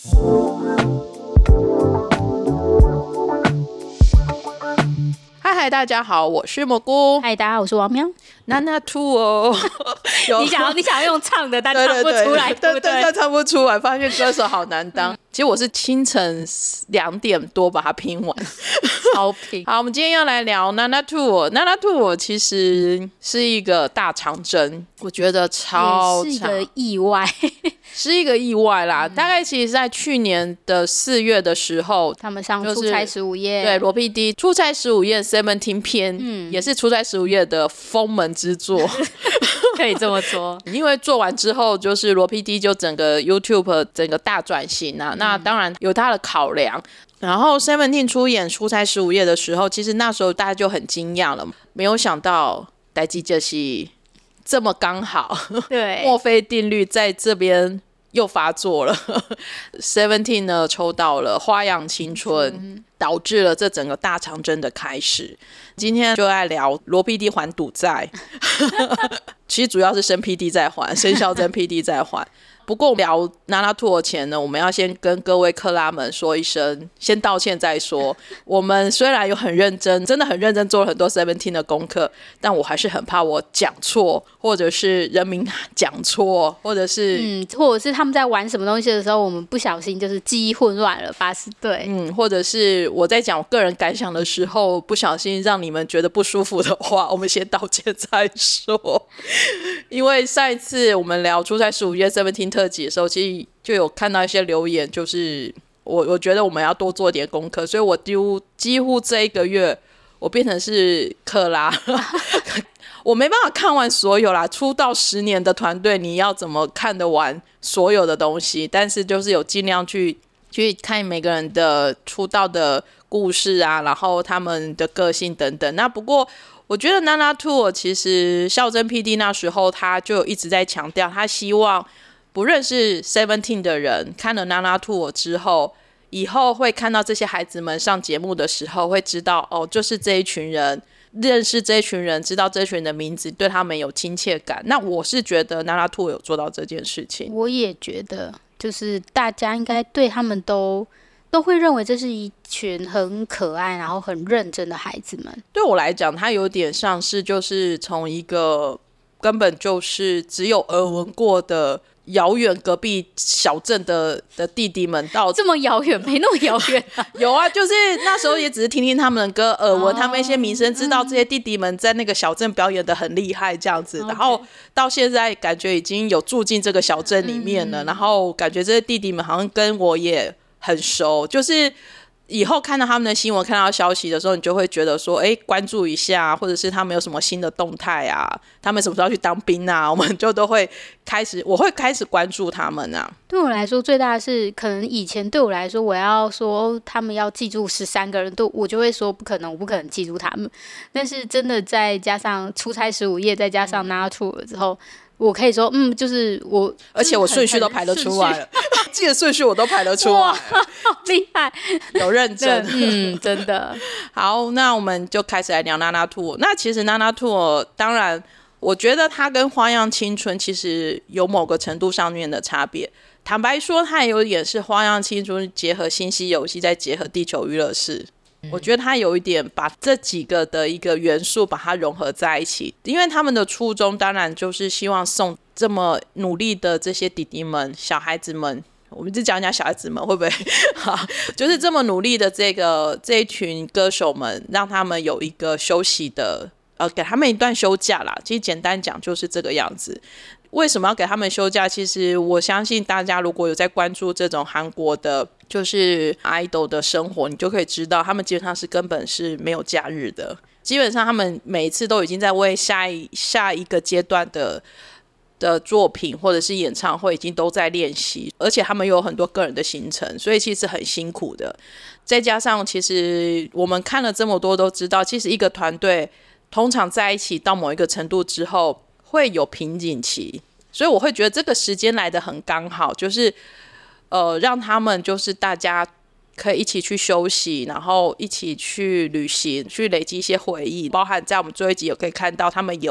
嗨，大家好，我是蘑菇。 嗨，大家好，我是王喵。 Nana Two 哦， 你想要用唱的，但唱不出来，对不对？ 但唱不出来，发现歌手好难当。其实我是清晨2点多把它拼完， 超拼。 好，我们今天要来聊 Nana Two。Nana Two 其实是一个大长征，我觉得超长， 也是一个意外。 是一个意外啦，大概其实在去年的4月的时候， 他们上出差15夜， 对，罗 PD 出差15夜 17篇，也是出差15夜的封门之作， 可以这么说。 因为做完之后，就是罗 PD 就整个 YouTube 整个大转型啊，那当然有他的考量。然后 17出演出差15夜的时候，其实那时候大家就很惊讶了，没有想到代志就是这么刚好， 对， 墨菲定律在这边又发作了。17呢抽到了花样青春，导致了这整个大长征的开始。今天就来聊罗 PD 还赌债，其实主要是申 PD 在还，申孝真 PD 在还。不过聊 Nana Two 前呢，我们要先跟各位克拉们说一声，先道歉再说。我们虽然有很认真，真的很认真做了很多17的功课，但我还是很怕我讲错，或者是人名讲错，或者是或者是他们在玩什么东西的时候，我们不小心就是记忆混乱了，对， 或者是我在讲我个人感想的时候，不小心让你们觉得不舒服的话，我们先道歉再说。因为上一次我们聊出差15夜17特辑的时候，其实就有看到一些留言，就是我觉得我们要多做点功课，所以我几乎这一个月我变成是克拉我没办法看完所有啦，出道10年的团队你要怎么看得完所有的东西，但是就是有尽量去看每个人的出道的故事啊，然后他们的个性等等。那不过我觉得 Nana Two 其实孝真 PD 那时候他就一直在强调，他希望不认识17的人看了 Nana Two 之后，以后会看到这些孩子们上节目的时候会知道，哦，就是这一群人，认识这一群人，知道这一群人的名字，对他们有亲切感。那我是觉得 Nana Two 有做到这件事情。 我也觉得就是大家应该对他们都会认为这是一群很可爱然后很认真的孩子们。 对我来讲，他有点像是就是从一个根本就是只有耳闻过的遥远隔壁小镇的弟弟们到这么遥远，没那么遥远有啊，就是那时候也只是听听他们的歌，耳闻他们一些名声，知道这些弟弟们在那个小镇表演的很厉害这样子，然后到现在感觉已经有住进这个小镇里面了，然后感觉这些弟弟们好像跟我也很熟，就是以后看到他们的新闻，看到消息的时候，你就会觉得说，关注一下，或者是他们有什么新的动态啊，他们什么时候去当兵啊，我们就都会我会开始关注他们啊。 对我来说最大的是，可能以前对我来说，我要说他们要记住13个人，我就会说不可能，我不可能记住他们。但是真的再加上出差15夜，再加上 Nana Two 了之后，我可以说，就是我， 而且我顺序都排得出来了，记得顺序我都排得出来， 哇，好厉害， 有认真， 真的。 好，那我们就开始来聊 Nana Two。那其实 Nana Two， 当然，我觉得它跟花样青春其实有某个程度上面的差别。坦白说，它也有点是花样青春结合新西游戏，再结合地球娱乐室。我觉得他有一点把这几个的一个元素把它融合在一起，因为他们的初衷当然就是希望送这么努力的这些弟弟们小孩子们，我们就讲小孩子们会不会就是这么努力的这一群歌手们，让他们有一个休息的给他们一段休假啦，其实简单讲就是这个样子。为什么要给他们休假？其实我相信大家如果有在关注这种韩国的就是 idol 的生活，你就可以知道他们基本上是根本是没有假日的，基本上他们每一次都已经在为下一个阶段的作品或者是演唱会已经都在练习，而且他们有很多个人的行程，所以其实很辛苦的。再加上其实我们看了这么多都知道，其实一个团队通常在一起到某一个程度之后会有瓶颈期，所以我会觉得这个时间来得很刚好，就是让他们就是大家可以一起去休息，然后一起去旅行，去累积一些回忆，包含在我们最后一集有可以看到他们有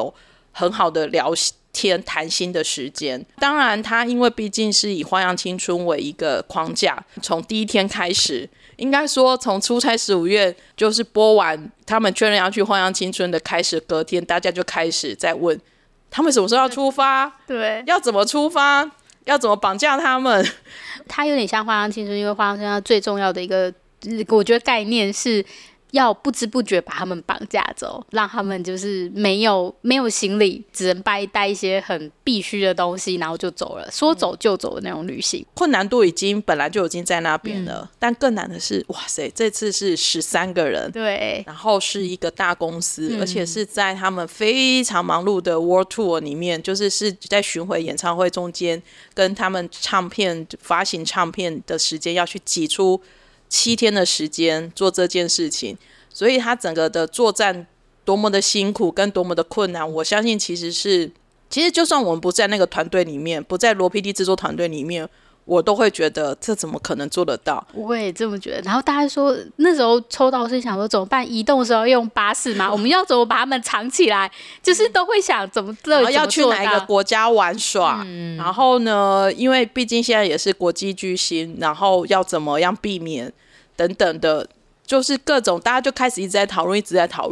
很好的聊天谈心的时间。当然他因为毕竟是以花样青春为一个框架，从第一天开始，应该说从出差15月就是播完他们确认要去花样青春的开始，隔天大家就开始在问他们什么时候要出发， 对， 要怎么出发，要怎么绑架他们。 它有点像花样青春，因为花样青春最重要的一个我觉得概念是要不知不觉把他们绑架走，让他们就是没有行李，只能带一些很必须的东西，然后就走了，说走就走的那种旅行。 困难度本来就已经在那边了，但更难的是，哇塞，这次是13个人， 对， 然后是一个大公司，而且是在他们非常忙碌的 World Tour 里面，是在巡回演唱会中间，跟他们发行唱片的时间要去挤出7天的时间做这件事情，所以他整个的作战多么的辛苦跟多么的困难，我相信其实就算我们不在那个团队里面，不在罗 PD 制作团队里面，我都会觉得这怎么可能做得到。 我也这么觉得。然后大家说那时候抽到是想说怎么办，移动的时候用巴士吗？我们要怎么把他们藏起来，就是都会想怎么要去哪一个国家玩耍，然后呢因为毕竟现在也是国际巨星，然后要怎么样避免等等的，就是各种大家就开始一直在讨论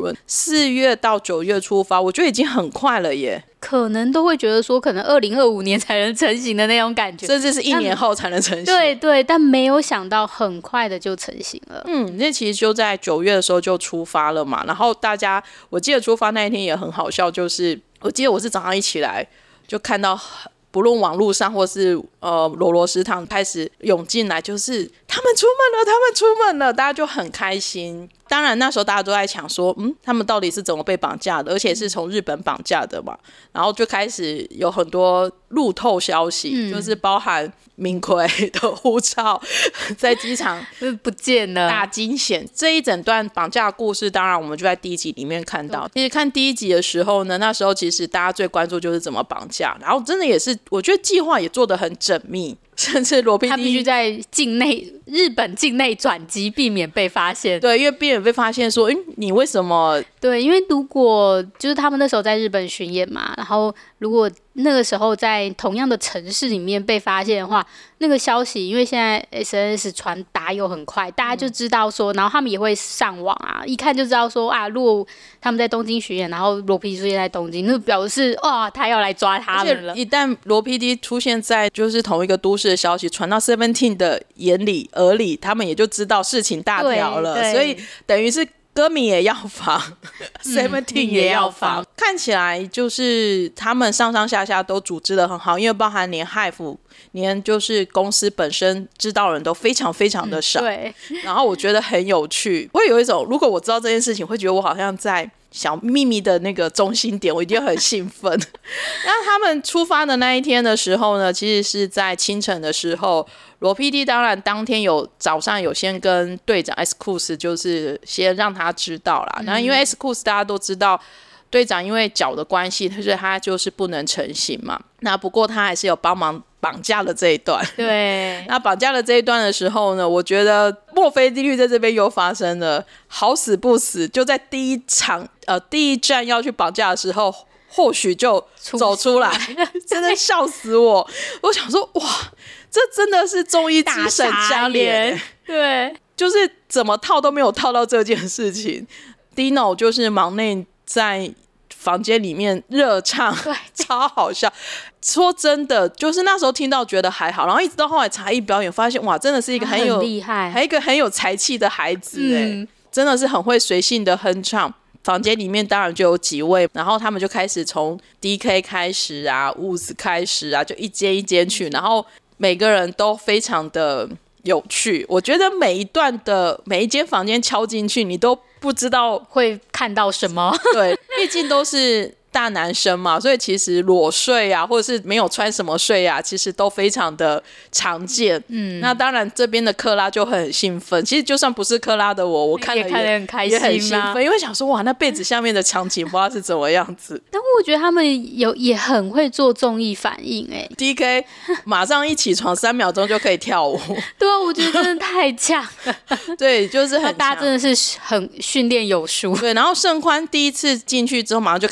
4月到9月出发，我觉得已经很快了耶， 可能都会觉得说可能2025年才能成型的那种感觉， 甚至是1年后才能成型。 对对，但没有想到很快的就成型了。 那其实就在9月的时候就出发了嘛。然后我记得出发那一天也很好笑，就是我记得我是早上一起来就看到不论网络上或是罗罗食堂开始涌进来，就是他们出门了，大家就很开心。当然那时候大家都在抢说他们到底是怎么被绑架的，而且是从日本绑架的嘛。然后就开始有很多路透消息，就是包含明奎的护照在机场不见了， 大惊险。这一整段绑架的故事当然我们就在第一集里面看到。其实看第一集的时候呢，那时候其实大家最关注就是怎么绑架，然后真的也是我觉得计划也做得很缜密，甚至罗 PD 他必须在日本境内转机，避免被发现。 对，因为避免被发现说你为什么。 对，因为如果就是他们那时候在日本巡演嘛，然后如果那个时候在同样的城市里面被发现的话，那个消息因为现在 SNS 传达又很快，大家就知道说，然后他们也会上网啊，一看就知道说啊，如果他们在东京巡演，然后罗 PD 出现在东京，那表示哇，他要来抓他们了。 而且一旦罗 PD 出现在就是同一个都市的消息传到 Seventeen 的耳里，他们也就知道事情大条了，所以等于是歌迷也要防，Seventeen 也要防。看起来就是他们上上下下都组织得很好，因为包含连 Hive 连就是公司本身知道的人都非常非常的少。 对， 然后我觉得很有趣，会有一种如果我知道这件事情，会觉得我好像在小秘密的那个中心点，我一定很兴奋。那他们出发的那一天的时候呢，其实是在清晨的时候，罗 PD 当然当天早上有先跟队长 X-Cus 就是先让他知道啦。那因为 X-Cus 大家都知道队长因为脚的关系，所以他就是不能成行嘛。那不过他还是有帮忙绑架了这一段。 对， 那绑架了这一段的时候呢，我觉得墨菲定律在这边又发生了，好死不死就在第一站要去绑架的时候，或许就走出来，真的笑死我。我想说哇，这真的是综艺之神加连， 对， 就是怎么套都没有套到这件事情。Dino 就是忙内在房间里面热唱，超好笑。说真的，就是那时候听到觉得还好，然后一直到后来才艺表演，发现哇，真的是一个很厉害， 还有一个很有才气的孩子真的是很会随性的哼唱。房间里面当然就有几位，然后他们就开始从 DK 开始啊，Woods 开始啊，就一间一间去，然后每个人都非常的有趣。我觉得每一间房间敲进去，你都不知道会看到什么。 对，毕竟都是大男生嘛，所以其实裸睡啊，或者是没有穿什么睡啊，其实都非常的常见。那当然这边的克拉就很兴奋，其实就算不是克拉的我看了也很开心， 也很兴奋，因为想说哇，那被子下面的场景不知道是怎么样子。 但我觉得他们也很会做综艺反应 DK 马上一起床3秒钟就可以跳舞。 对啊，我觉得真的太强了。 对，就是很强， 大家真的是很训练有素。 对，然后盛宽第一次进去之后马上就开始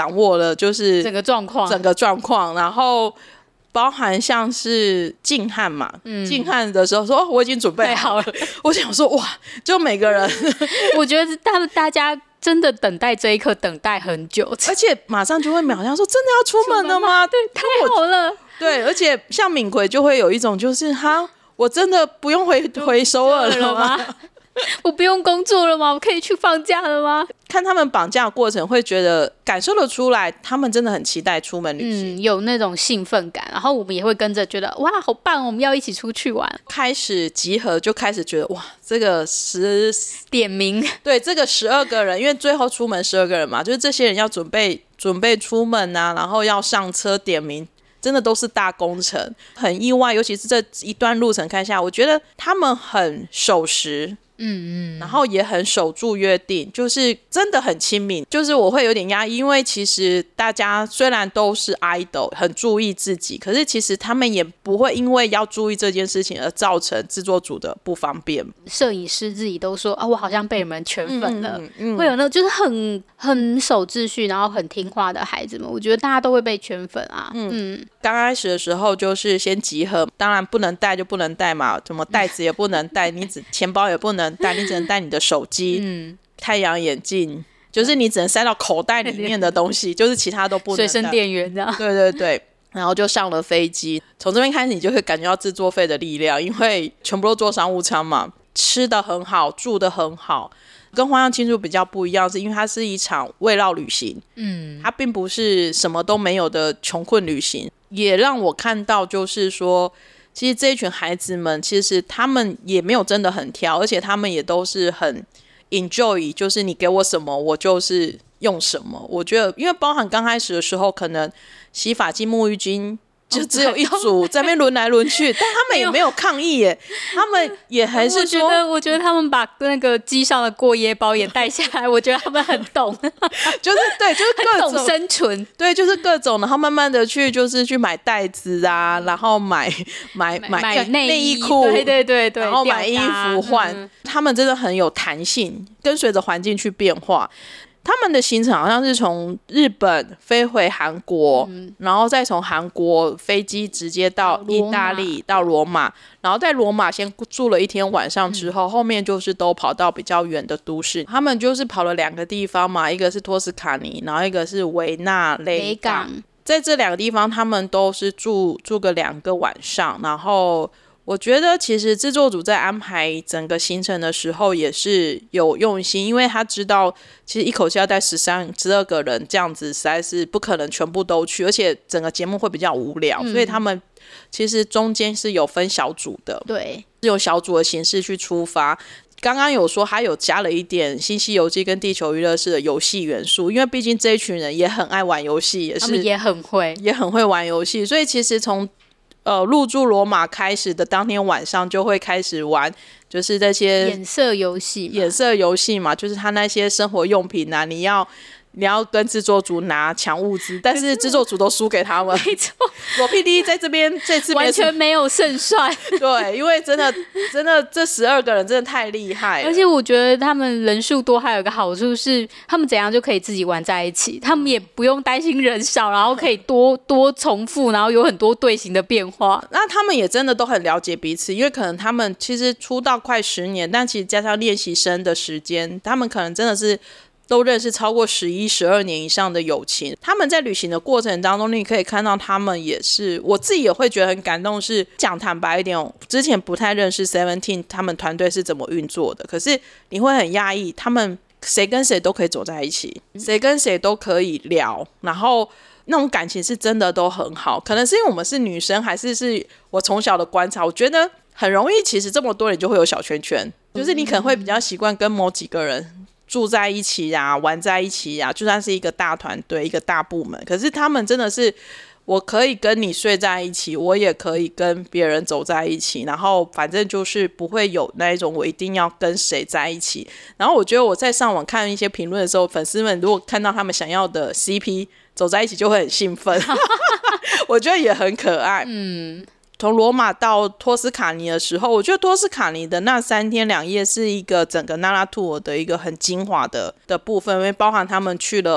掌握了就是整个状况， 然后包含像是静汉嘛，静汉的时候说我已经准备好了，我想说哇，就每个人我觉得大家真的等待这一刻等待很久， 而且马上就会秒上说真的要出门了吗？ 对，太好了。 对，而且像敏奎就会有一种就是哈，我真的不用回首尔了吗？ 我不用工作了吗？我可以去放假了吗？ 看他们绑架的过程会觉得感受得出来他们真的很期待出门旅行， 有那种兴奋感，然后我们也会跟着觉得哇好棒，我们要一起出去玩。 开始集合就开始觉得哇这个点名， 对，这个12个人，因为最后出门12个人嘛，就是这些人要准备出门啊，然后要上车点名，真的都是大工程，很意外。尤其是这一段路程看下来，我觉得他们很守时，然后也很守住约定，就是真的很亲民。就是我会有点压抑，因为其实大家虽然都是 idol 很注意自己，可是其实他们也不会因为要注意这件事情而造成制作组的不方便。 摄影师自己都说啊，我好像被你们圈粉了，会有那种就是很守秩序然后很听话的孩子们，我觉得大家都会被圈粉啊。 刚开始的时候就是先集合，当然不能带就不能带嘛，什么袋子也不能带，你钱包也不能带，你只能带你的手机、太阳眼镜，就是你只能塞到口袋里面的东西，就是其他都不能带。 随身电源这样。 对对对，然后就上了飞机。从这边开始，你就会感觉到制作费的力量，因为全部都坐商务舱嘛，吃的很好，住的很好。跟花样庆祝比较不一样，是因为它是一场慰劳旅行，它并不是什么都没有的穷困旅行。也让我看到就是说其实这一群孩子们其实他们也没有真的很挑，而且他们也都是很 enjoy， 就是你给我什么我就是用什么。我觉得因为包含刚开始的时候可能洗发精沐浴巾就只有一组在那边轮来轮去，但他们也没有抗议耶，他们也还是说我觉得他们把那个机上的过夜包也带下来，我觉得他们很懂就是对，就是各种很懂生存， 对，就是各种，然后慢慢的就是去买袋子啊，然后买内衣裤， 对， 然后买衣服换，他们真的很有弹性，跟随着环境去变化。他们的行程好像是从日本飞回韩国，然后再从韩国飞机直接到意大利到罗马，然后在罗马先住了1天晚上之后，后面就是都跑到比较远的都市。他们就是跑了2个地方嘛，一个是托斯卡尼，然后一个是维纳雷港。在这2个地方他们都是住个2个晚上，然后我觉得其实制作组在安排整个行程的时候也是有用心，因为他知道其实一口气要带12个人这样子实在是不可能全部都去，而且整个节目会比较无聊，所以他们其实中间是有分小组的， 对， 是用小组的形式去出发。刚刚有说他有加了一点新西游记跟地球娱乐室的游戏元素，因为毕竟这一群人也很爱玩游戏，也是他们也很会玩游戏，所以其实从入住罗马开始的当天晚上就会开始玩，就是这些眼色游戏嘛，就是他那些生活用品啊，你要跟制作组抢物资，但是制作组都输给他们。 没错， 罗 PD 在这边这次完全没有胜算。 对，因为真的这12个人真的太厉害了， 而且我觉得他们人数多还有一个好处是，他们怎样就可以自己玩在一起，他们也不用担心人少，然后可以多重复，然后有很多队形的变化。 那他们也真的都很了解彼此，因为可能他们其实出道快10年，但其实加上练习生的时间，他们可能真的是都认识超过11、12年以上的友情。他们在旅行的过程当中，你可以看到他们也是，我自己也会觉得很感动，是讲坦白一点，之前不太认识 Seventeen 他们团队是怎么运作的，可是你会很讶异，他们谁跟谁都可以走在一起，谁跟谁都可以聊，然后那种感情是真的都很好。可能是因为我们是女生，还是我从小的观察，我觉得很容易其实这么多人就会有小圈圈，就是你可能会比较习惯跟某几个人住在一起啊，玩在一起啊，就算是一个大团队一个大部门，可是他们真的是我可以跟你睡在一起，我也可以跟别人走在一起，然后反正就是不会有那一种我一定要跟谁在一起。然后我觉得我在上网看一些评论的时候，粉丝们如果看到他们想要的 CP 走在一起就会很兴奋我觉得也很可爱。从罗马到托斯卡尼的时候，我觉得托斯卡尼的那3天2夜是一个整个娜拉兔的一个很精华的部分，因为包含他们去了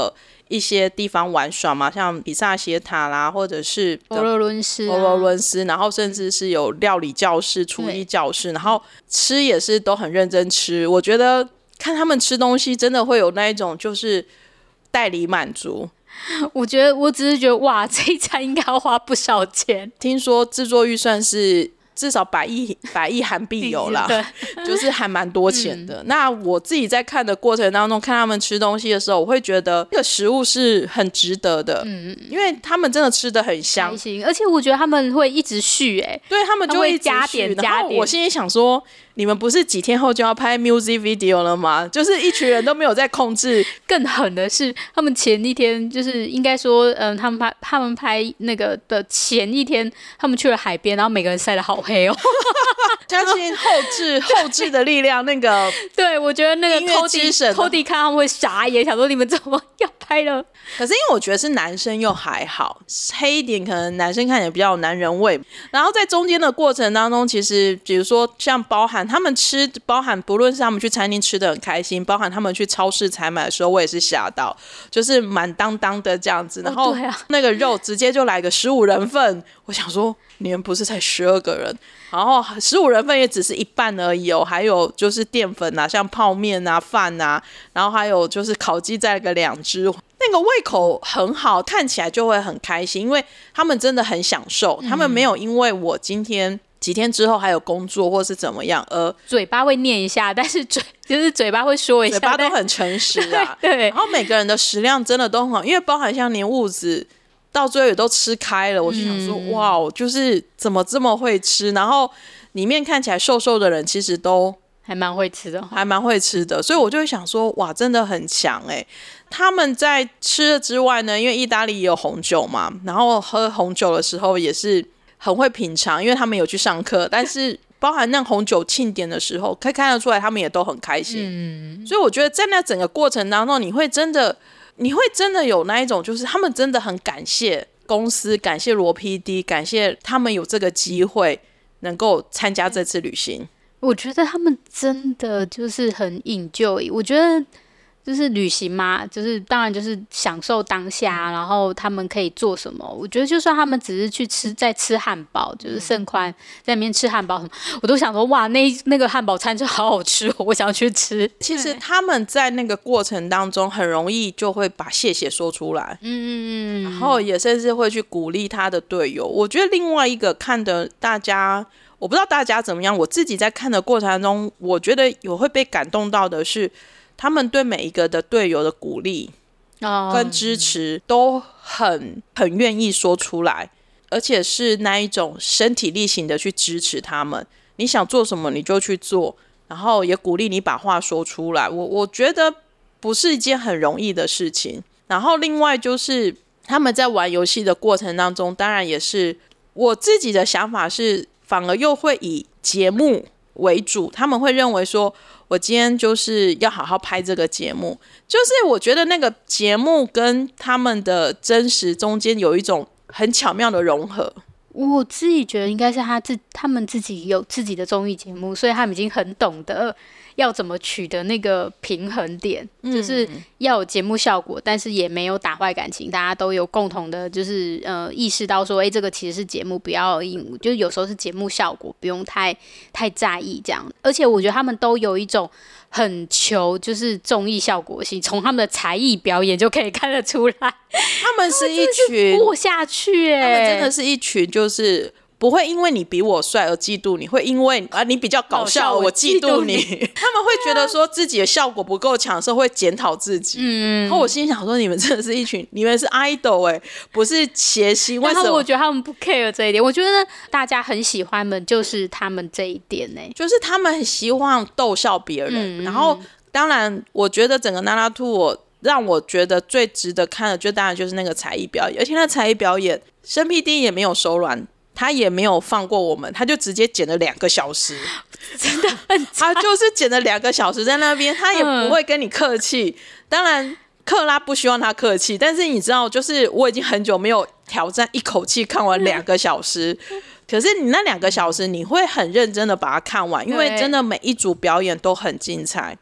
一些地方玩耍嘛，像比萨斜塔啦，或者是佛罗伦斯， 然后甚至是有料理教室、厨艺教室，然后吃也是都很认真吃。我觉得看他们吃东西真的会有那一种就是代理满足。 我只是觉得哇，这一餐应该要花不少钱。 听说制作预算是至少100亿韩币有啦，就是还蛮多钱的。那我自己在看的过程当中，看他们吃东西的时候，我会觉得这个食物是很值得的，因为他们真的吃得很香， 而且我觉得他们会一直续， 对，他们就会一直加点加点。 我心里想说，你们不是几天后就要拍 music video 了吗？就是一群人都没有在控制。 更狠的是，他们前一天就是应该说，他们拍那个的前一天，他们去了海边，然后每个人晒得好黑哦。 相信后置的力量，那个对，我觉得那个Cody 看他们会傻眼，想说你们怎么要拍了？ 可是因为我觉得是男生又还好，黑一点可能男生看起来比较有男人味。然后在中间的过程当中，其实比如说像包含他们吃，包含不论是他们去餐厅吃的很开心，包含他们去超市采买的时候，我也是吓到，就是满当当的这样子。然后那个肉直接就来个15人份，我想说你们不是才12个人，然后15人份也只是一半而已哦，还有就是淀粉啊，像泡面啊、饭啊，然后还有就是烤鸡再来个2只。那个胃口很好，看起来就会很开心，因为他们真的很享受，他们没有因为我今天几天之后还有工作或是怎么样而嘴巴会念一下，但是就是嘴巴会说一下， 嘴巴都很诚实啊。 对， 然后每个人的食量真的都很好，因为包含像连物子到最后也都吃开了，我就想说哇，就是怎么这么会吃，然后里面看起来瘦瘦的人其实都还蛮会吃的， 所以我就会想说哇，真的很强欸。他们在吃的之外呢，因为意大利也有红酒嘛，然后喝红酒的时候也是很会品尝，因为他们有去上课，但是包含那红酒庆典的时候可以看得出来他们也都很开心。所以我觉得在那整个过程当中，你会真的有那一种就是他们真的很感谢公司，感谢罗 PD， 感谢他们有这个机会能够参加这次旅行。 我觉得他们真的就是很enjoy，我觉得就是旅行嘛，就是当然就是享受当下，然后他们可以做什么。我觉得就算他们只是去在吃汉堡，就是盛宽在那边吃汉堡什么，我都想说哇，那个汉堡餐就好好吃哦，我想要去吃。 其实他们在那个过程当中很容易就会把谢谢说出来，然后也甚至会去鼓励他的队友。我觉得另外一个看的大家，我不知道大家怎么样，我自己在看的过程中，我觉得有会被感动到的是他们对每一个的队友的鼓励跟支持都很愿意说出来，而且是那一种身体力行的去支持他们，你想做什么你就去做，然后也鼓励你把话说出来。我觉得不是一件很容易的事情。然后另外就是他们在玩游戏的过程当中，当然也是我自己的想法是反而又会以节目为主，他们会认为说我今天就是要好好拍这个节目，就是我觉得那个节目跟他们的真实中间有一种很巧妙的融合。 我自己觉得应该是他们自己有自己的综艺节目，所以他们已经很懂得要怎么取得那个平衡点，就是要有节目效果，但是也没有打坏感情，大家都有共同的就是意识到说这个其实是节目，不要就是有时候是节目效果，不用太在意这样。而且我觉得他们都有一种很求就是综艺效果性，从他们的才艺表演就可以看得出来， 他们是一群过下去他们真的是一群就是不会因为你比我帅而嫉妒你，会因为你比较搞笑我嫉妒你他们会觉得说自己的效果不够强的时候会检讨自己。然后我心里想说你们真的是一群，你们是 idol 不是谐星，为什么？ 然后我觉得他们不 care 这一点，我觉得大家很喜欢的就是他们这一点就是他们很希望逗笑别人。然后当然我觉得整个娜娜兔让我觉得最值得看的就当然就是那个才艺表演，而且那才艺表演申 PD 也没有手软，他也没有放过我们，他就直接剪了2个小时真的很他就是剪了2个小时在那边，他也不会跟你客气。当然克拉不希望他客气，但是你知道就是我已经很久没有挑战一口气看完2个小时可是你那2个小时你会很认真的把它看完，因为真的每一组表演都很精彩。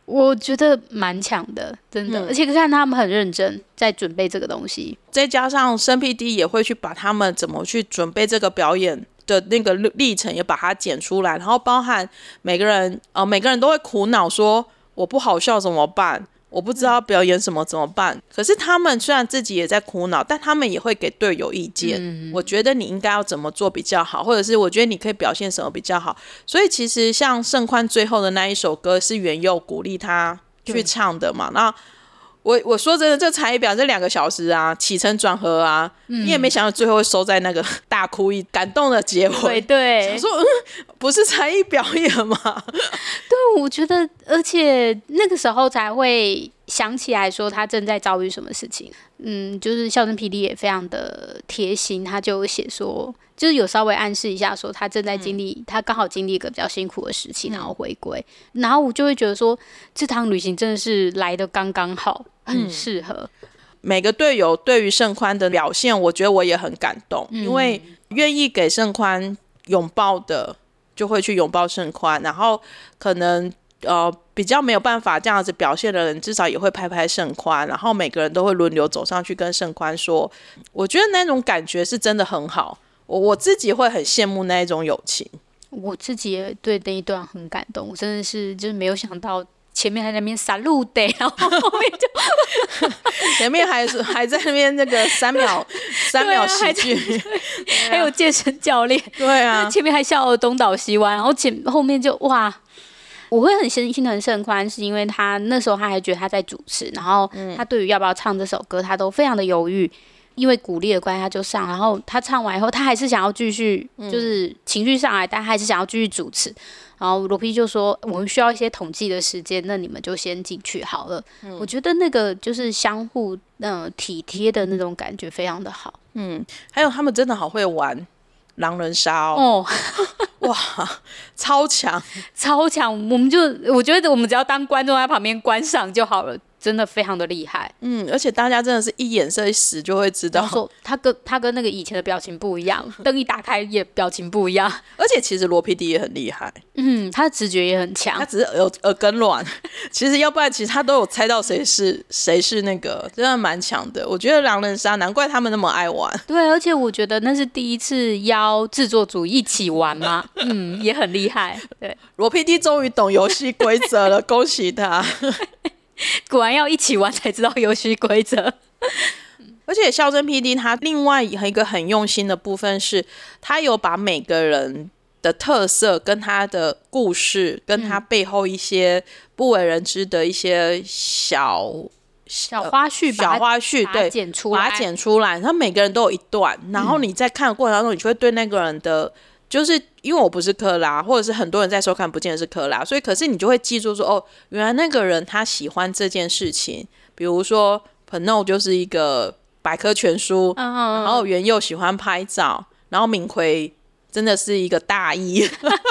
我觉得蛮强的，真的，而且看他们很认真在准备这个东西， 再加上生 PD 也会去把他们怎么去准备这个表演的那个历程也把它剪出来，然后包含每个人都会苦恼说我不好笑怎么办，我不知道表演什么怎么办，可是他们虽然自己也在苦恼，但他们也会给队友意见，我觉得你应该要怎么做比较好，或者是我觉得你可以表现什么比较好。所以其实像盛宽最后的那一首歌是元佑鼓励他去唱的嘛，那我说真的，这才艺表这2个小时啊，起承转合啊，你也没想到最后会收在那个大哭一感动的结尾。 对， 想说不是才艺表演吗？ 对，我觉得，而且那个时候才会想起来说他正在遭遇什么事情。就是孝真PD也非常的贴心，他就有写说，就是有稍微暗示一下说他正在经历，他刚好经历一个比较辛苦的时期，然后回归，然后我就会觉得说，这趟旅行真的是来得刚刚好，很适合。 每个队友对于盛宽的表现，我觉得我也很感动，因为愿意给盛宽拥抱的，就会去拥抱盛宽，然后可能比较没有办法这样子表现的人，至少也会拍拍盛宽，然后每个人都会轮流走上去跟盛宽说，我觉得那种感觉是真的很好，我自己会很羡慕那一种友情。 我自己也对那一段很感动，我真的是就是没有想到前面还在那边撒路得，然后后面就前面还在那边那个三秒喜剧， 还有健身教练， 对啊， 前面还笑得东倒西歪，然后后面就哇。我会很心疼盛宽，是因为他那时候他还觉得他在主持，然后他对于要不要唱这首歌，他都非常的犹豫。因为鼓励的关系，他就上，然后他唱完以后，他还是想要继续，就是情绪上来，但他还是想要继续主持。然后罗 P 就说：“我们需要一些统计的时间，那你们就先进去好了。”我觉得那个就是相互体贴的那种感觉非常的好。 还有他们真的好会玩狼人杀哦，哇，超强！ 我觉得我们只要当观众在旁边观赏就好了。真的非常的厉害， 而且大家真的是一眼色一使就会知道， 说他跟那个以前的表情不一样，灯一打开也表情不一样， 而且其实罗 PD 也很厉害， 他的直觉也很强， 他只是耳根软，其实要不然其实他都有猜到谁是那个，真的蛮强的。我觉得狼人杀难怪他们那么爱玩， 对，而且我觉得那是第一次邀制作组一起玩嘛，也很厉害。对， 罗 PD 终于懂游戏规则了，恭喜他。 果然要一起玩才知道游戏规则。 而且孝真 PD 他另外一个很用心的部分是，他有把每个人的特色跟他的故事，跟他背后一些不为人知的一些小花絮， 对，把它剪出来，然后每个人都有一段，然后你在看的过程当中，你就会对那个人的。就是因为我不是克拉，或者是很多人在收看不见得是克拉，所以可是你就会记住说，哦，原来那个人他喜欢这件事情，比如说 Pano 就是一个百科全书，然后元佑喜欢拍照，然后敏奎真的是一个大医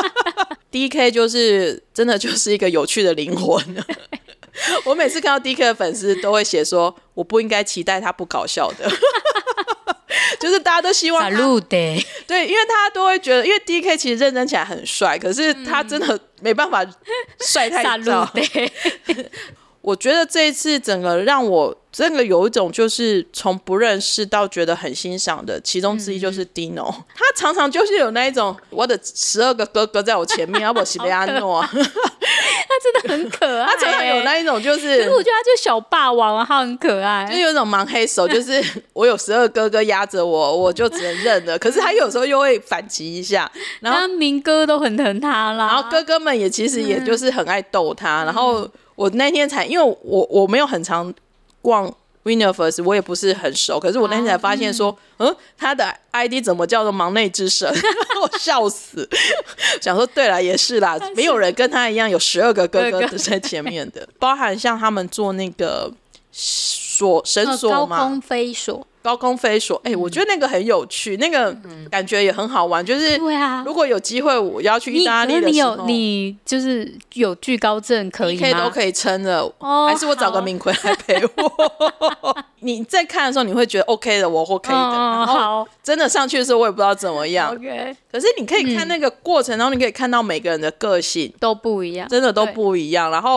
DK 就是真的就是一个有趣的灵魂我每次看到 DK 的粉丝都会写说，我不应该期待他不搞笑的就是大家都希望他对，因为大家都会觉得，因为 DK 其实认真起来很帅，可是他真的没办法帅太早我觉得这一次整个让我真的有一种就是从不认识到觉得很欣赏的其中之一就是 Dino，他常常就是有那一种我的12个哥哥在我前面，要不西贝亚诺他真的很可爱， 他常常有那一种就是我觉得他就是小霸王啊，他很可爱， 就有一种盲黑手，就是我有12个哥哥压着我，我就只能认了。可是他有时候又会反击一下，然后明哥都很疼他啦， 然后哥哥们也其实也就是很爱逗他。然后我那天才，因为我没有很常逛 Winnerverse， 我也不是很熟，可是我那天才发现说，他的 ID 怎么叫做忙内之神我笑死想说对啦，也是啦，没有人跟他一样有12个哥哥在前面的包含像他们做那个绳索嘛，高空飞索，我觉得那个很有趣，那个感觉也很好玩，就是对啊， 如果有机会我要去意大利的时候， 你就是有惧高症可以吗？ DK 都可以撑的，还是我找个明奎来陪我你在看的时候你会觉得 OK 的，我 OK 的，然后真的上去的时候我也不知道怎么样 ，OK， 可是你可以看那个过程，然后你可以看到每个人的个性都不一样， 真的都不一样。然后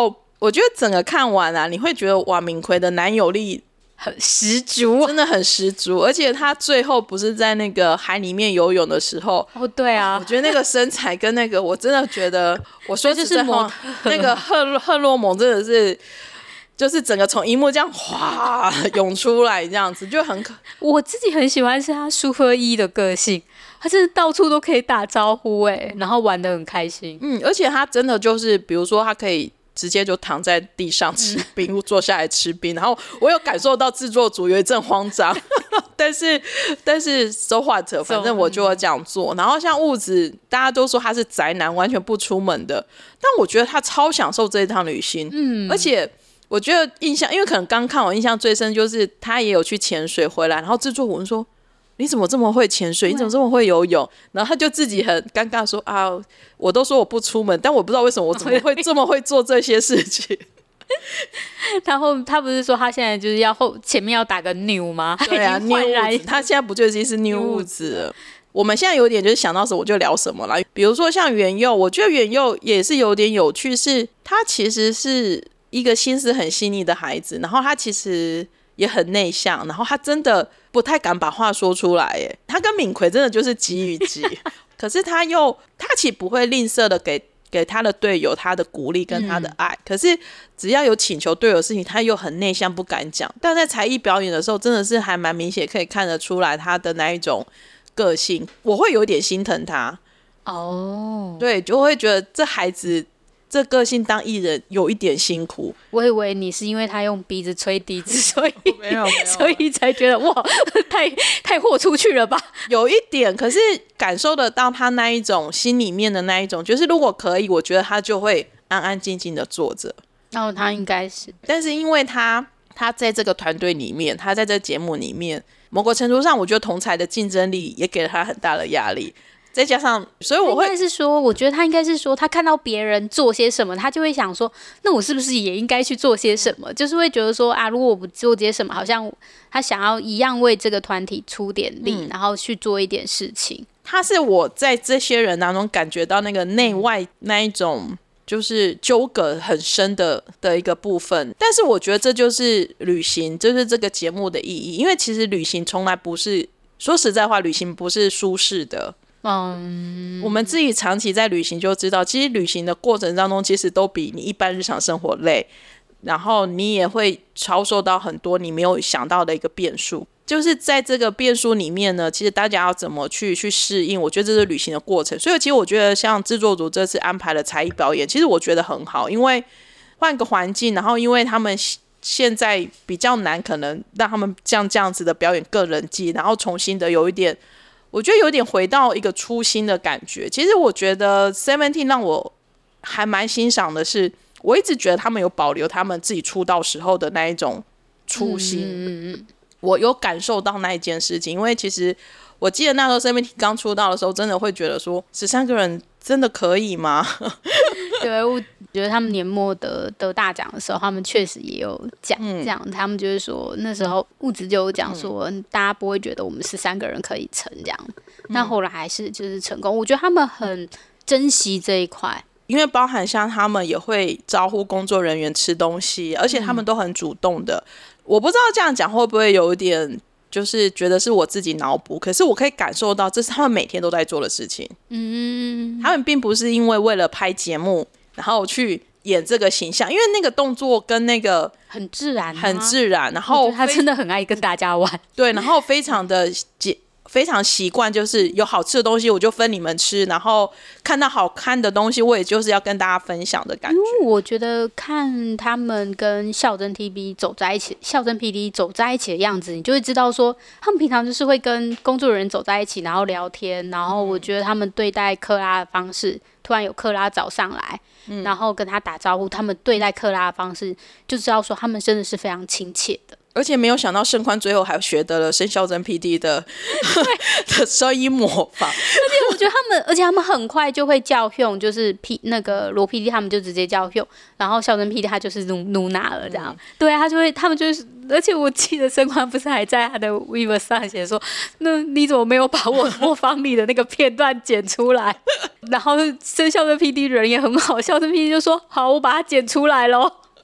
我觉得整个看完啊，你会觉得哇，敏奎的男友力很十足， 真的很十足，而且他最后不是在那个海里面游泳的时候， 哦，对啊， 我觉得那个身材跟那个，我真的觉得，我说实在话，那个赫洛蒙真的是，就是整个从荧幕这样哗涌出来，这样子就很可。 我自己很喜欢是他苏赫伊的个性，他真的到处都可以打招呼然后玩得很开心。 而且他真的就是，比如说他可以直接就躺在地上吃冰，坐下来吃冰，然后我有感受到制作组有一阵慌张，但是 so what， 反正我就要这样做。然后像物子，大家都说他是宅男，完全不出门的，但我觉得他超享受这一趟旅行，而且我觉得印象，因为可能刚看我印象最深就是他也有去潜水回来，然后制作组说，你怎么这么会潜水？你怎么这么会游泳？然后他就自己很尴尬说啊，我都说我不出门，但我不知道为什么我怎么会这么会做这些事情。 他不是说他现在就是前面要打个 new 吗？ 对啊，new 物子，他现在不就已经是 new 物子了？我们现在有点就是想到什么就聊什么啦。比如说像元佑，我觉得元佑也是有点有趣，是他其实是一个心思很细腻的孩子，然后他其实也很内向，然后他真的不太敢把话说出来耶。他跟敏奎真的就是急与急可是他其实不会吝啬的给他的队友他的鼓励跟他的爱，可是只要有请求队友的事情他又很内向不敢讲。但在才艺表演的时候真的是还蛮明显可以看得出来他的那一种个性，我会有点心疼他对，就会觉得这孩子这个性当艺人有一点辛苦。 我以为你是因为他用鼻子吹笛子，所以没有所以才觉得哇，太豁出去了吧？ 有一点，可是感受得到他那一种心里面的那一种，就是如果可以，我觉得他就会安安静静的坐着。 他应该是， 但是因为他在这个团队里面，他在这个节目里面，某个程度上，我觉得同才的竞争力也给了他很大的压力。再加上，所以我会我觉得他应该是说，他看到别人做些什么，他就会想说，那我是不是也应该去做些什么？就是会觉得说啊，如果我不做些什么，好像他想要一样为这个团体出点力，然后去做一点事情。 他是我在这些人当中感觉到那个内外那一种就是纠葛很深的一个部分。但是我觉得这就是旅行，就是这个节目的意义，因为其实旅行从来不是，说实在话，旅行不是舒适的。我们自己长期在旅行就知道，其实旅行的过程当中其实都比你一般日常生活累，然后你也会遭受到很多你没有想到的一个变数。就是在这个变数里面呢，其实大家要怎么去适应，我觉得这是旅行的过程。所以其实我觉得像制作组这次安排的才艺表演，其实我觉得很好，因为换个环境，然后因为他们现在比较难，可能让他们这样子的表演个人技，然后重新的有一点，我觉得有点回到一个初心的感觉。其实我觉得 Seventeen 让我还蛮欣赏的是，我一直觉得他们有保留他们自己出道时候的那一种初心。我有感受到那一件事情，因为其实我记得那时候 Seventeen 刚出道的时候，真的会觉得说13个人真的可以吗？ 对，我觉得他们年末得大奖的时候，他们确实也有讲这样，他们就是说那时候物质就有讲说，大家不会觉得我们13个人可以成这样，但后来还是就是成功。我觉得他们很珍惜这一块， 因为包含像他们也会招呼工作人员吃东西，而且他们都很主动的。我不知道这样讲会不会有一点就是觉得是我自己脑补，可是我可以感受到这是他们每天都在做的事情。他们并不是因为了拍节目然后去演这个形象，因为那个动作跟那个很自然很自然，然后他真的很爱跟大家玩。 对，然后非常习惯，就是有好吃的东西我就分你们吃，然后看到好看的东西我也就是要跟大家分享的感觉。 我觉得看他们跟孝真 TV 走在一起，孝真 PD 走在一起的样子，你就会知道说他们平常就是会跟工作人员走在一起，然后聊天，然后我觉得他们对待克拉的方式，突然有克拉找上来，然后跟他打招呼，他们对待克拉的方式就知道说他们真的是非常亲切的。 而且没有想到盛宽最后还学得了申孝真 PD 的声音模仿， 而且我觉得他们很快就会叫用，就是那个罗 PD 他们就直接叫用，然后孝真 PD 他就是努娜了这样。对啊，他们就是，而且我记得盛宽不是还在他的 Weverse 上写说，那你怎么没有把我模仿你的那个片段剪出来？然后孝真 PD 人也很好，孝真 PD 就说好，我把它剪出来咯。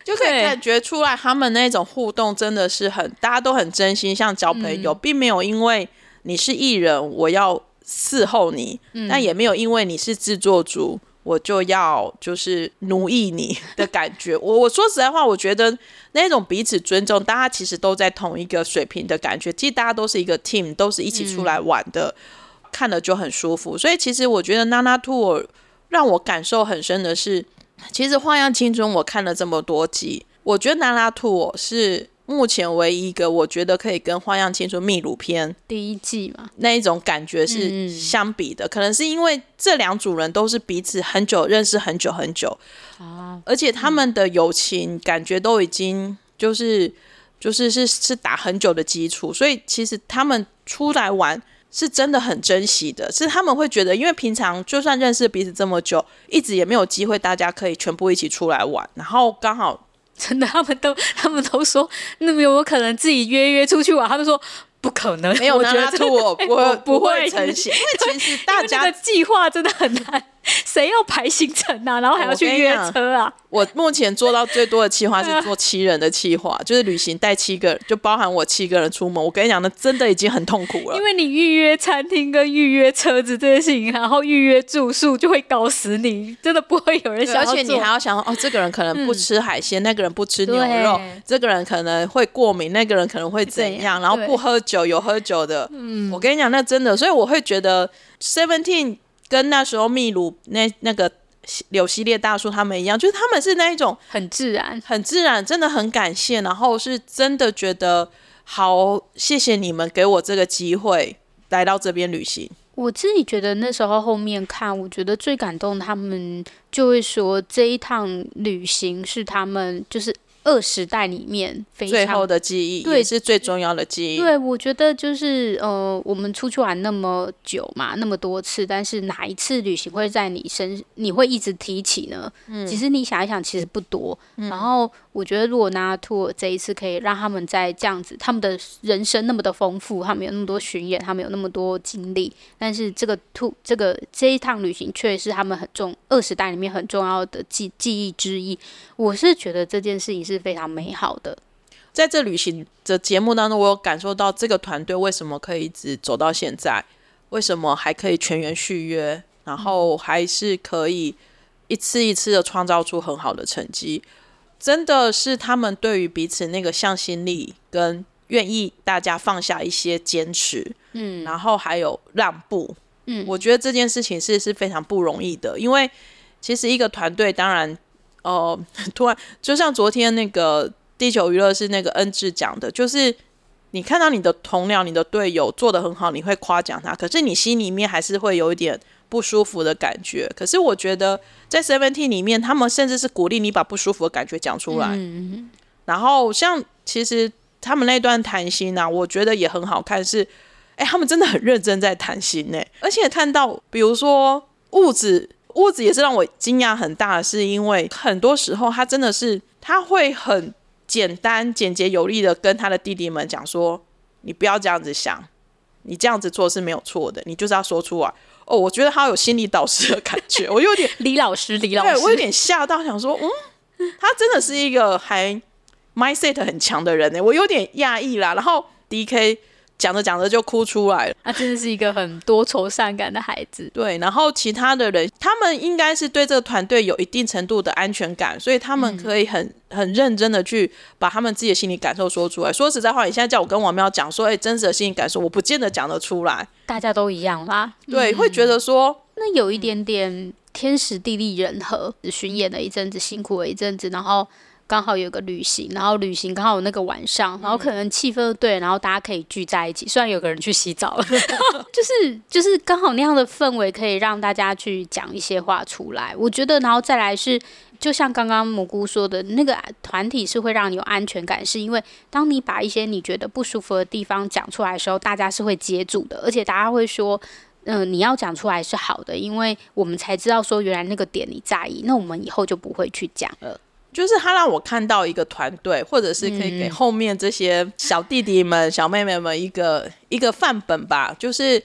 就可以感觉出来他们那种互动真的是大家都很真心，像交朋友，并没有因为你是艺人我要伺候你，但也没有因为你是制作组我就要就是奴役你的感觉。我说实在话，我觉得那种彼此尊重，大家其实都在同一个水平的感觉，其实大家都是一个 team， 都是一起出来玩的，看了就很舒服。所以其实我觉得 Nana Tour 让我感受很深的是，其实花样青春我看了这么多集，我觉得 Nana Tour 是目前唯一一个我觉得可以跟花样青春秘鲁篇第一季嘛那一种感觉是相比的，可能是因为这两组人都是彼此很久认识很久很久而且他们的友情感觉都已经是打很久的基础，所以其实他们出来玩是真的很珍惜的，是他们会觉得因为平常就算认识彼此这么久，一直也没有机会大家可以全部一起出来玩，然后刚好真的他们都说那么有没有可能自己约出去玩，他们说不可能， 没有我觉得我不会成型，因为其实大家的计划真的很难，谁要排行程啊，然后还要去约车啊。 我目前做到最多的企划是做7人的企划就是旅行带7个人，就包含我7个人出门，我跟你讲那真的已经很痛苦了， 因为你预约餐厅跟预约车子这件事情，然后预约住宿就会搞死你，真的不会有人想要做， 而且你还要想这个人可能不吃海鲜那个人不吃牛肉，这个人可能会过敏，那个人可能会怎样，然后不喝酒有喝酒的我跟你讲那真的，所以我会觉得 Seventeen 跟那时候秘鲁那个柳溪列大叔他们一样，就是他们是那一种很自然， 真的很感谢，然后是真的觉得好谢谢你们给我这个机会来到这边旅行。 我自己觉得那时候后面看，我觉得最感动他们就会说这一趟旅行是他们就是20代里面非常最后的记忆， 对， 也是最重要的记忆。 对，我觉得就是我们出去玩那么久嘛，那么多次，但是哪一次旅行会在你会一直提起呢？其实你想一想，其实不多。然后我觉得，如果Nana Tour这一次可以让他们在这样子，他们的人生那么的丰富，他们有那么多巡演，他们有那么多经历，但是这一趟旅行却是他们20代里面很重要的记忆之一。我是觉得这件事情是非常美好的。 在这旅行的节目当中，我有感受到这个团队为什么可以一直走到现在，为什么还可以全员续约，然后还是可以一次一次的创造出很好的成绩，真的是他们对于彼此那个向心力跟愿意大家放下一些坚持，然后还有让步，我觉得这件事情是非常不容易的，因为其实一个团队当然突然就像昨天那个地球娱乐是那个恩智讲的，就是你看到你的同僚你的队友做得很好，你会夸奖他，可是你心里面还是会有一点不舒服的感觉。可是我觉得在 Seventeen 里面他们甚至是鼓励你把不舒服的感觉讲出来，然后像其实他们那段谈心啊，我觉得也很好看，是他们真的很认真在谈心耶，而且看到比如说物质也是让我惊讶很大的，是因为很多时候他真的是他会很简单简洁有力的跟他的弟弟们讲说，你不要这样子想，你这样子做是没有错的，你就是要说出来。我觉得他有心理导师的感觉，我有点李老师对我有点吓到，想说他真的是一个还 mindset 很强的人耶，我有点讶异啦。然后 DK 讲着讲着就哭出来了， 他真的是一个很多愁善感的孩子。 对，然后其他的人他们应该是对这个团队有一定程度的安全感，所以他们可以很认真的去把他们自己的心理感受说出来。说实在话，你现在叫我跟王喵讲说真实的心理感受，我不见得讲得出来， 大家都一样啦。 对，会觉得说那有一点点天时地利人和，巡演了一阵子，辛苦了一阵子，然后刚好有个旅行，然后旅行刚好有那个晚上，然后可能气氛对，然后大家可以聚在一起，虽然有个人去洗澡了就是刚好那样的氛围可以让大家去讲一些话出来，我觉得。然后再来是就像刚刚蘑菇说的，那个团体是会让你有安全感，是因为当你把一些你觉得不舒服的地方讲出来的时候，大家是会接住的，而且大家会说你要讲出来是好的，因为我们才知道说原来那个点你在意，那我们以后就不会去讲了。 就是他让我看到一个团队，或者是可以给后面这些小弟弟们、小妹妹们一个范本吧。就是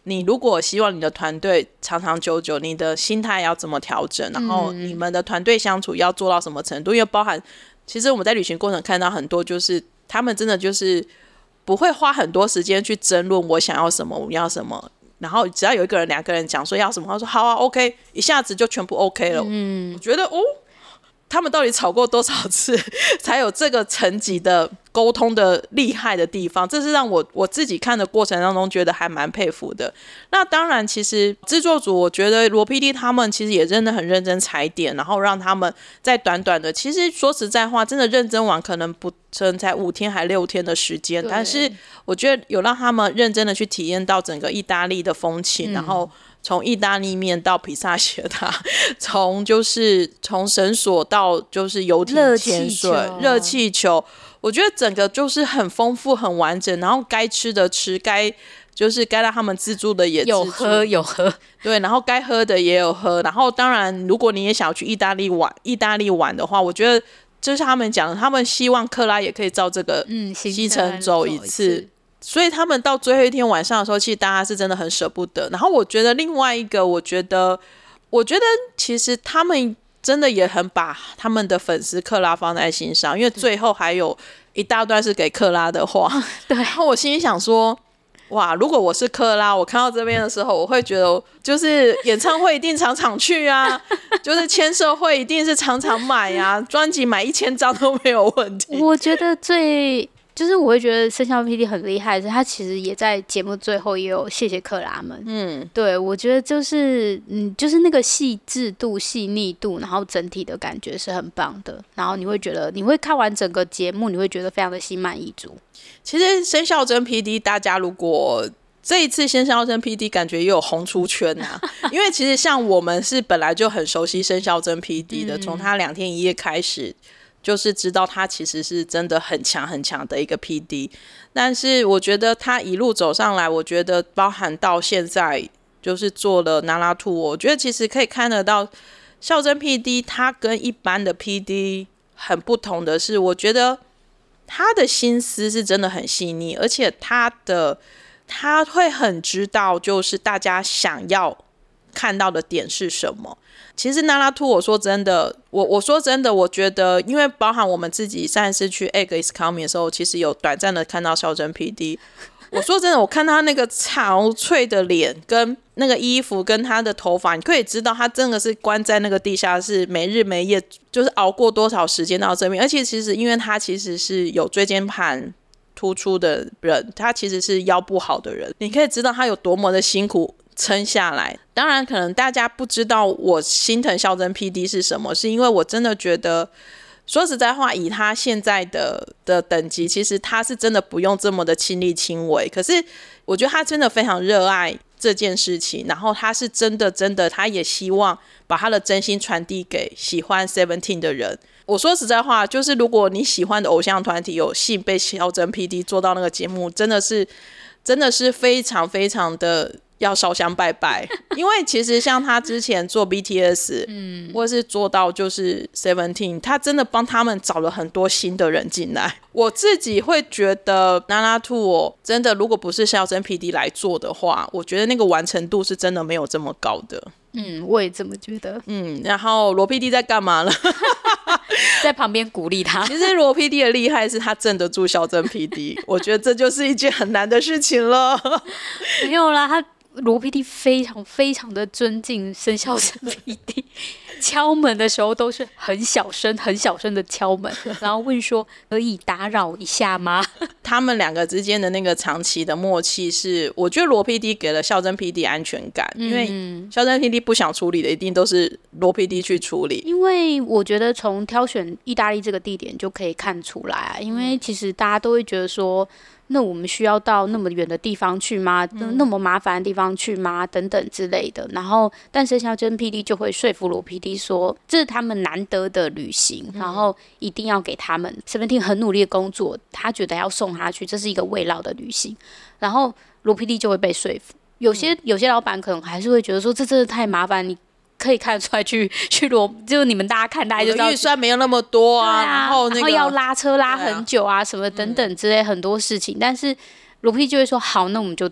你如果希望你的团队长长久久，你的心态要怎么调整，然后你们的团队相处要做到什么程度，因为包含其实我们在旅行过程看到很多就是他们真的就是不会花很多时间去争论我想要什么我要什么，然后只要有一个人两个人讲说要什么，他说好啊 OK， 一下子就全部 OK 了。我觉得他们到底吵过多少次才有这个层级的沟通的厉害的地方，这是让我自己看的过程当中觉得还蛮佩服的。那当然其实制作组我觉得罗 PD 他们其实也真的很认真踩点，然后让他们在短短的，其实说实在话真的认真玩可能不成才5天还6天的时间，但是我觉得有让他们认真的去体验到整个意大利的风情，然后从意大利面到比萨斜塔，从绳索到就是游艇潜水热气球，我觉得整个就是很丰富很完整，然后该吃的吃，该让他们自助的也自助有喝对，然后该喝的也有喝，然后当然如果你也想要去意大利玩的话，我觉得就是他们讲的，他们希望克拉也可以照这个行程走一次，所以他们到最后一天晚上的时候，其实大家是真的很舍不得。然后我觉得另外一个，我觉得其实他们真的也很把他们的粉丝克拉放在心上，因为最后还有一大段是给克拉的话。 对， 然后我心里想说，哇，如果我是克拉，我看到这边的时候，我会觉得就是演唱会一定场场去啊，就是签售会一定是场场买啊，专辑买1000张都没有问题。 我觉得就是我会觉得生肖 PD 很厉害，是他其实也在节目最后也有谢谢克拉们。对，我觉得就是就是那个细致度、细腻度，然后整体的感觉是很棒的。然后你会觉得，你会看完整个节目，你会觉得非常的心满意足。 其实申孝臻 PD， 大家如果这一次申孝臻 PD 感觉也有红出圈啊，因为其实像我们是本来就很熟悉申孝臻 PD 的，从他2天1夜开始。就是知道他其实是真的很强很强的一个 PD， 但是我觉得他一路走上来，我觉得包含到现在就是做了拿拉兔，我觉得其实可以看得到孝臻 PD 他跟一般的 PD 很不同的是，我觉得他的心思是真的很细腻，而且他会很知道就是大家想要看到的点是什么。其实那拉兔我说真的，我觉得因为包含我们自己上一次去 Egg is Coming 的时候，其实有短暂的看到孝臻 PD。我说真的，我看他那个憔悴的脸跟那个衣服跟他的头发，你可以知道他真的是关在那个地下室没日没夜，就是熬过多少时间到这边。而且其实因为他其实是有椎间盘突出的人，他其实是腰不好的人，你可以知道他有多么的辛苦撑下来。当然可能大家不知道我心疼孝臻 PD 是什么，是因为我真的觉得说实在话，以他现在的等级，其实他是真的不用这么的亲力亲为，可是我觉得他真的非常热爱这件事情，然后他是真的他也希望把他的真心传递给喜欢 Seventeen 的人。我说实在话，就是如果你喜欢的偶像团体有幸被孝臻 PD 做到那个节目，真的是非常非常的要烧香拜拜。因为其实像他之前做 BTS 或是做到就是 Seventeen， 他真的帮他们找了很多新的人进来。我自己会觉得 Nana Two 真的如果不是孝臻 PD 来做的话，我觉得那个完成度是真的没有这么高的。 我也这么觉得。 然后罗 PD 在干嘛呢？ 在旁边鼓励他。 其实罗 PD 的厉害是他镇得住孝臻 PD， 我觉得这就是一件很难的事情了。 没有啦，罗 PD 非常非常的尊敬生肖臻 PD， 敲门的时候都是很小声很小声的敲门，然后问说可以打扰一下吗？ 他们两个之间的那个长期的默契是，我觉得罗 PD 给了孝臻 PD 安全感，因为孝臻 PD 不想处理的一定都是罗 PD 去处理。 因为我觉得从挑选意大利这个地点就可以看出来啊，因为其实大家都会觉得说，那我们需要到那么远的地方去吗？那么麻烦的地方去吗？等等之类的。然后，但是孝臻 PD 就会说服罗 PD 说，这是他们难得的旅行，然后一定要给他们。Seventeen 很努力的工作，他觉得要送他去，这是一个慰劳的旅行。然后罗 PD 就会被说服。有些老板可能还是会觉得说，这真的太麻烦，你可以看得出来去就是你们大家看大家就知道预算没有那么多啊，然后要拉车拉很久啊，什么等等之类很多事情。但是罗 PD 就会说好，那我们就去。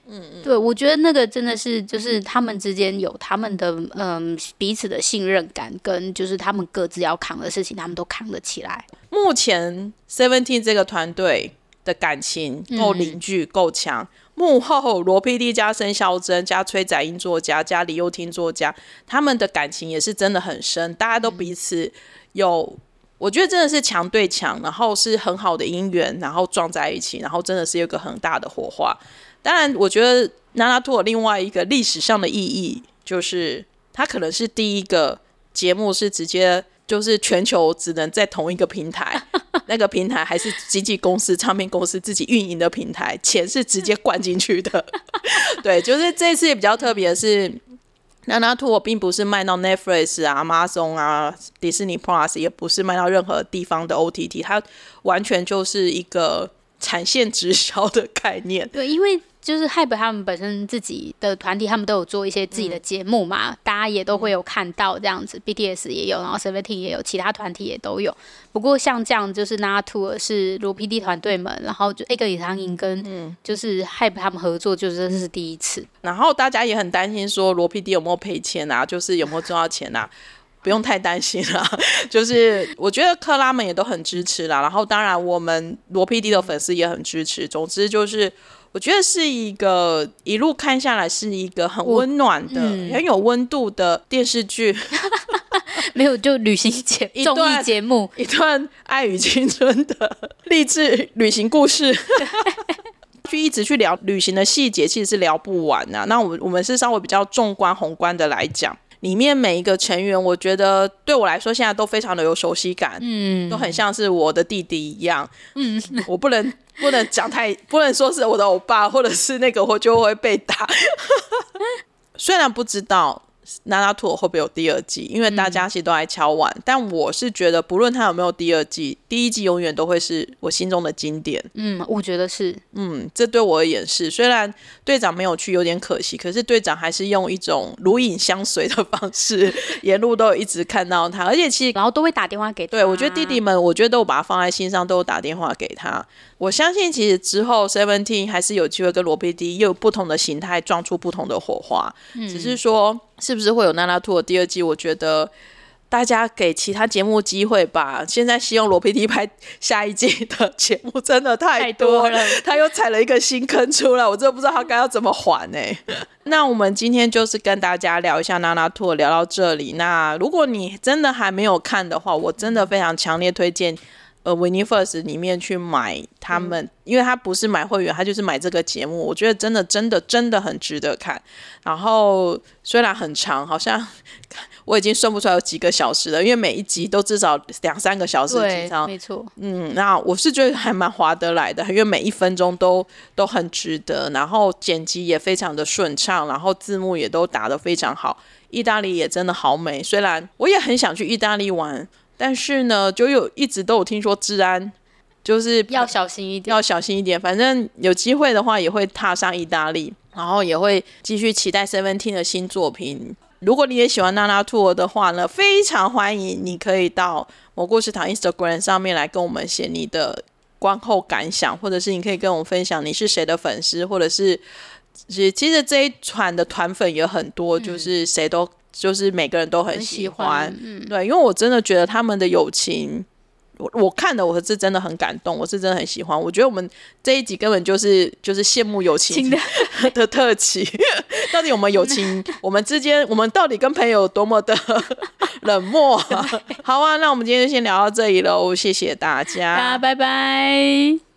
对，我觉得那个真的是就是他们之间有他们的彼此的信任感，跟就是他们各自要扛的事情，他们都扛得起来。 目前 Seventeen 这个团队的感情够凝聚够强，幕后罗 PD 加申孝珍加崔载英作家加李幼廷作家，他们的感情也是真的很深，大家都彼此有我觉得真的是强对强，然后是很好的姻缘，然后撞在一起，然后真的是有个很大的火花。当然我觉得娜娜兔另外一个历史上的意义就是它可能是第一个节目是直接就是全球只能在同一个平台那个平台还是经纪公司唱片公司自己运营的平台，钱是直接灌进去的对，就是这次也比较特别的是娜娜兔并不是卖到 Netflix 啊 Amazon 啊 Disney Plus， 也不是卖到任何地方的 OTT， 它完全就是一个产线直销的概念。 对，因为就是 Hype 他们本身自己的团体，他们都有做一些自己的节目嘛，大家也都会有看到这样子。BTS 也有，然后 Seventeen 也有，其他团体也都有。不过像这样就是 Nana Tour 是罗 PD 团队们，然后就一个李长颖跟就是 Hype 他们合作，就真的是第一次。 然后大家也很担心说罗 PD 有没有赔钱啊，就是有没有赚到钱啊。不用太担心啦，就是我觉得克拉们也都很支持啦，然后当然我们罗 PD 的粉丝也很支持。总之就是我觉得是一个一路看下来是一个很温暖的、很有温度的电视剧没有就旅行综艺节目， 一段爱与青春的励志旅行故事去一直去聊旅行的细节其实是聊不完啊。那我们是稍微比较纵观宏观的来讲，里面每一个成员我觉得对我来说现在都非常的有熟悉感，都很像是我的弟弟一样。我不能讲太，不能说是我的欧巴，或者是那个我就会被打虽然不知道娜娜兔会不会有第二季，因为大家其实都来敲碗，但我是觉得不论他有没有第二季，第一季永远都会是我心中的经典。 我觉得是这对我而言是，虽然队长没有去有点可惜，可是队长还是用一种如影相随的方式沿路都有一直看到他，而且其实然后都会打电话给他。 对，我觉得弟弟们我觉得都有把他放在心上，都有打电话给他。我相信其实之后 Seventeen 还是有机会跟罗 PD 又有不同的形态撞出不同的火花，只是说是不是会有娜娜兔的第二季，我觉得大家给其他节目机会吧。现在希望罗 PD 拍下一季的节目真的太多了，他又踩了一个新坑出来，我真的不知道他该要怎么还那我们今天就是跟大家聊一下娜娜兔，聊到这里。那如果你真的还没有看的话，我真的非常强烈推荐Winifirst 里面去买他们，因为他不是买会员，他就是买这个节目，我觉得真的很值得看。然后虽然很长，好像我已经算不出来有几个小时了，因为每一集都至少2-3个小时对，没错。 那我是觉得还蛮划得来的，因为每一分钟都很值得，然后剪辑也非常的顺畅，然后字幕也都打得非常好。意大利也真的好美，虽然我也很想去意大利玩，但是呢就一直都有听说治安就是要小心一点， 反正有机会的话也会踏上意大利，然后也会继续期待 Seventeen 的新作品。如果你也喜欢娜娜兔的话呢，非常欢迎你可以到蘑菇食堂 Instagram 上面来跟我们写你的观后感想，或者是你可以跟我们分享你是谁的粉丝，或者是其实这一团的团粉也很多，就是谁都就是每个人都很喜欢对，因为我真的觉得他们的友情我看的我是真的很感动，我是真的很喜欢。我觉得我们这一集根本就是羡慕友情的特辑到底我们友情我们之间我们到底跟朋友有多么的冷漠好啊，那我们今天就先聊到这里了，谢谢大家， 拜拜。